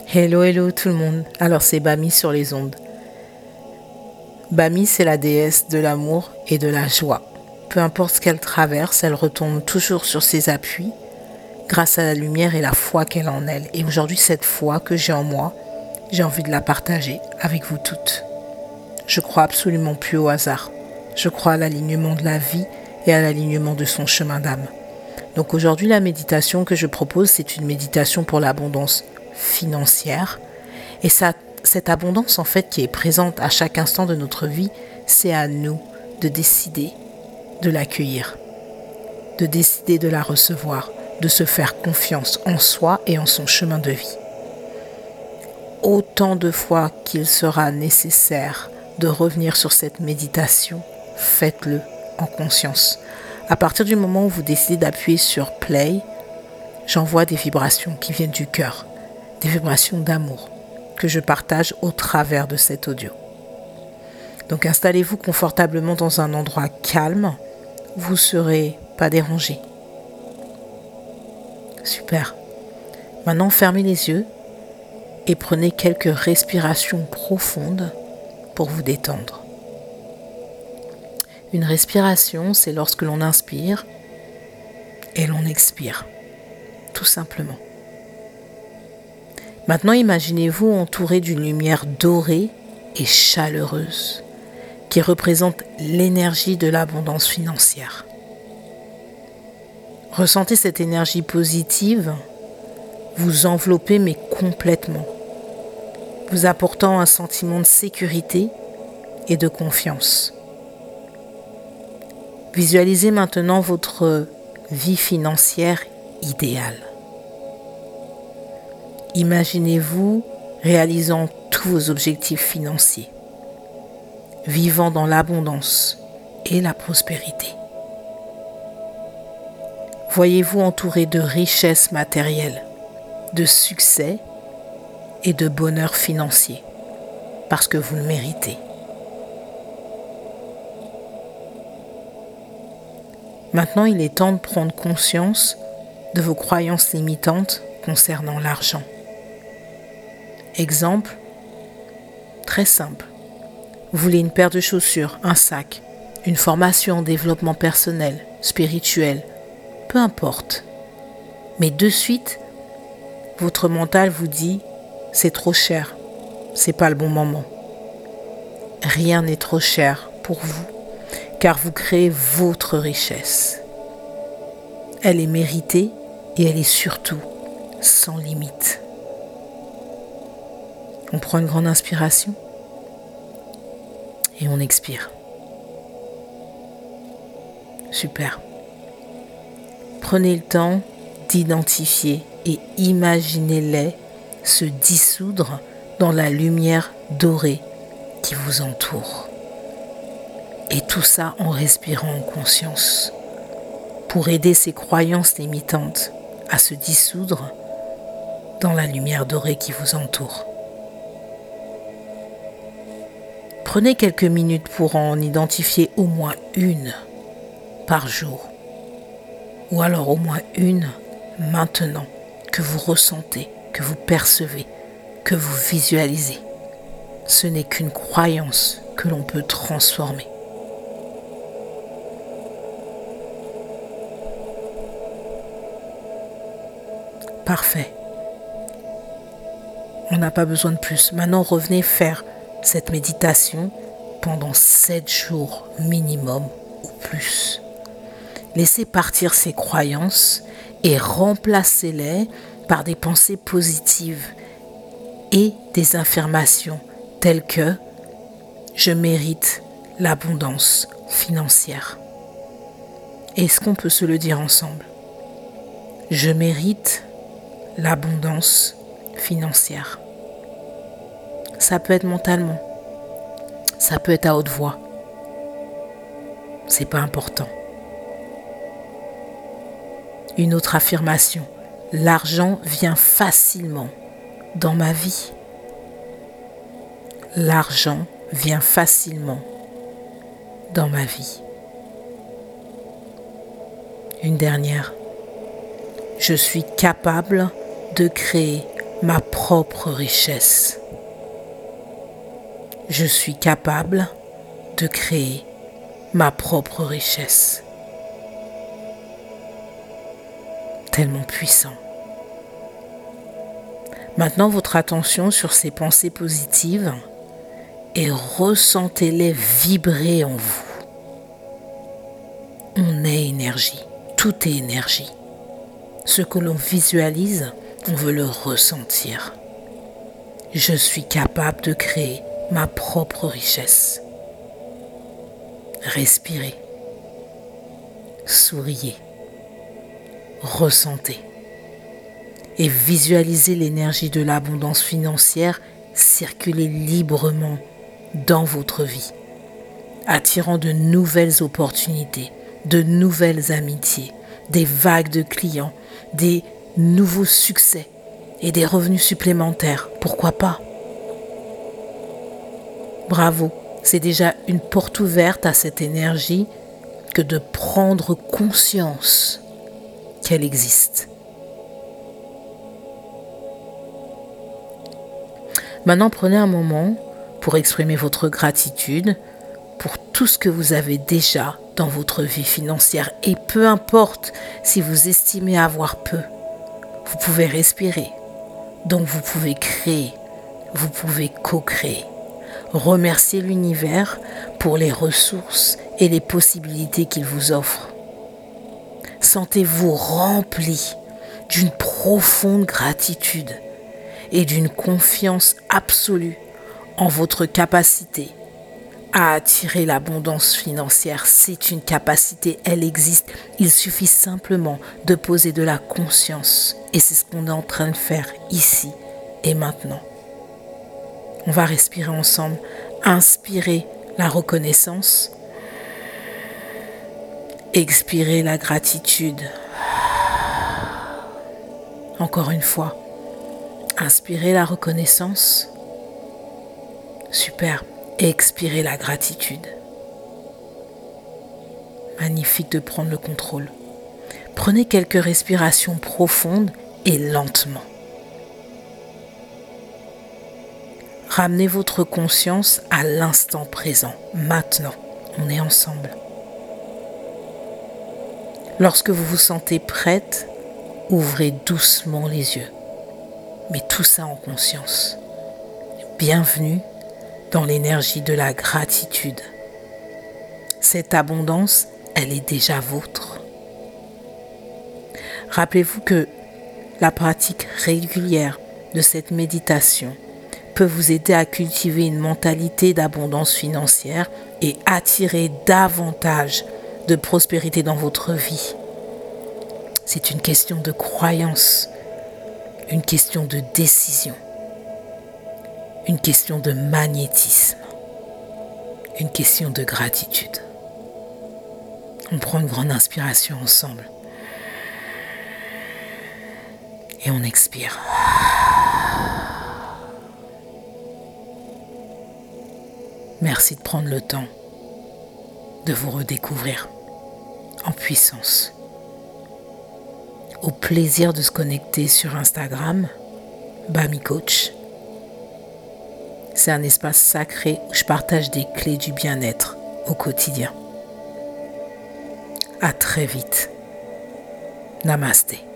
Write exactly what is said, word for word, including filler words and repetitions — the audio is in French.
Hello, hello tout le monde. Alors c'est Bami sur les ondes. Bami, c'est la déesse de l'amour et de la joie. Peu importe ce qu'elle traverse, elle retombe toujours sur ses appuis grâce à la lumière et la foi qu'elle a en elle. Et aujourd'hui, cette foi que j'ai en moi, j'ai envie de la partager avec vous toutes. Je crois absolument plus au hasard. Je crois à l'alignement de la vie et à l'alignement de son chemin d'âme. Donc aujourd'hui, la méditation que je propose, c'est une méditation pour l'abondance financière. Et ça, cette abondance, en fait, qui est présente à chaque instant de notre vie, c'est à nous de décider de l'accueillir, de décider de la recevoir, de se faire confiance en soi et en son chemin de vie. Autant de fois qu'il sera nécessaire de revenir sur cette méditation, faites-le en conscience. À partir du moment où vous décidez d'appuyer sur play, j'envoie des vibrations qui viennent du cœur, des vibrations d'amour que je partage au travers de cet audio. Donc installez-vous confortablement dans un endroit calme, vous ne serez pas dérangé. Super. Maintenant, fermez les yeux et prenez quelques respirations profondes pour vous détendre. Une respiration, c'est lorsque l'on inspire et l'on expire, tout simplement. Maintenant, imaginez-vous entouré d'une lumière dorée et chaleureuse qui représente l'énergie de l'abondance financière. Ressentez cette énergie positive vous envelopper mais complètement, vous apportant un sentiment de sécurité et de confiance. Visualisez maintenant votre vie financière idéale. Imaginez-vous réalisant tous vos objectifs financiers, vivant dans l'abondance et la prospérité. Voyez-vous entouré de richesses matérielles, de succès et de bonheur financier, parce que vous le méritez. Maintenant, il est temps de prendre conscience de vos croyances limitantes concernant l'argent. Exemple, très simple. Vous voulez une paire de chaussures, un sac, une formation en développement personnel, spirituel, peu importe. Mais de suite, votre mental vous dit « c'est trop cher, c'est pas le bon moment ». Rien n'est trop cher pour vous, car vous créez votre richesse. Elle est méritée et elle est surtout sans limite. On prend une grande inspiration et on expire. Super. Prenez le temps d'identifier et imaginez-les se dissoudre dans la lumière dorée qui vous entoure. Et tout ça en respirant en conscience pour aider ces croyances limitantes à se dissoudre dans la lumière dorée qui vous entoure. Prenez quelques minutes pour en identifier au moins une par jour, ou alors au moins une maintenant que vous ressentez, que vous percevez, que vous visualisez. Ce n'est qu'une croyance que l'on peut transformer. Parfait. On n'a pas besoin de plus. Maintenant, revenez faire cette méditation pendant sept jours minimum ou plus. Laissez partir ces croyances et remplacez-les par des pensées positives et des affirmations telles que « je mérite l'abondance financière ». Est-ce qu'on peut se le dire ensemble ? Je mérite l'abondance financière. Ça peut être mentalement, ça peut être à haute voix. C'est pas important. Une autre affirmation. L'argent vient facilement dans ma vie. L'argent vient facilement dans ma vie. Une dernière. Je suis capable de créer ma propre richesse. Je suis capable de créer ma propre richesse. Tellement puissant. Maintenant, votre attention sur ces pensées positives et ressentez-les vibrer en vous. On est énergie, tout est énergie. Ce que l'on visualise, on veut le ressentir. Je suis capable de créer ma propre richesse. Respirez, souriez, ressentez et visualisez l'énergie de l'abondance financière circuler librement dans votre vie, attirant de nouvelles opportunités, de nouvelles amitiés, des vagues de clients, des nouveaux succès et des revenus supplémentaires. Pourquoi pas? Bravo, c'est déjà une porte ouverte à cette énergie que de prendre conscience qu'elle existe. Maintenant, prenez un moment pour exprimer votre gratitude pour tout ce que vous avez déjà dans votre vie financière. Et peu importe si vous estimez avoir peu, vous pouvez respirer. Donc vous pouvez créer, vous pouvez co-créer. Remerciez l'univers pour les ressources et les possibilités qu'il vous offre. Sentez-vous rempli d'une profonde gratitude et d'une confiance absolue en votre capacité à attirer l'abondance financière. C'est une capacité, elle existe. Il suffit simplement de poser de la conscience. Et c'est ce qu'on est en train de faire ici et maintenant. On va respirer ensemble. Inspirez la reconnaissance. Expirez la gratitude. Encore une fois. Inspirez la reconnaissance. Super. Expirez la gratitude. Magnifique de prendre le contrôle. Prenez quelques respirations profondes et lentement. Ramenez votre conscience à l'instant présent. Maintenant, on est ensemble. Lorsque vous vous sentez prête, ouvrez doucement les yeux. Mais tout ça en conscience. Bienvenue dans l'énergie de la gratitude. Cette abondance, elle est déjà vôtre. Rappelez-vous que la pratique régulière de cette méditation peut vous aider à cultiver une mentalité d'abondance financière et attirer davantage de prospérité dans votre vie. C'est une question de croyance, une question de décision, une question de magnétisme, une question de gratitude. On prend une grande inspiration ensemble et on expire. Merci de prendre le temps de vous redécouvrir en puissance. Au plaisir de se connecter sur Instagram, Bami Coach. C'est un espace sacré où je partage des clés du bien-être au quotidien. À très vite. Namasté.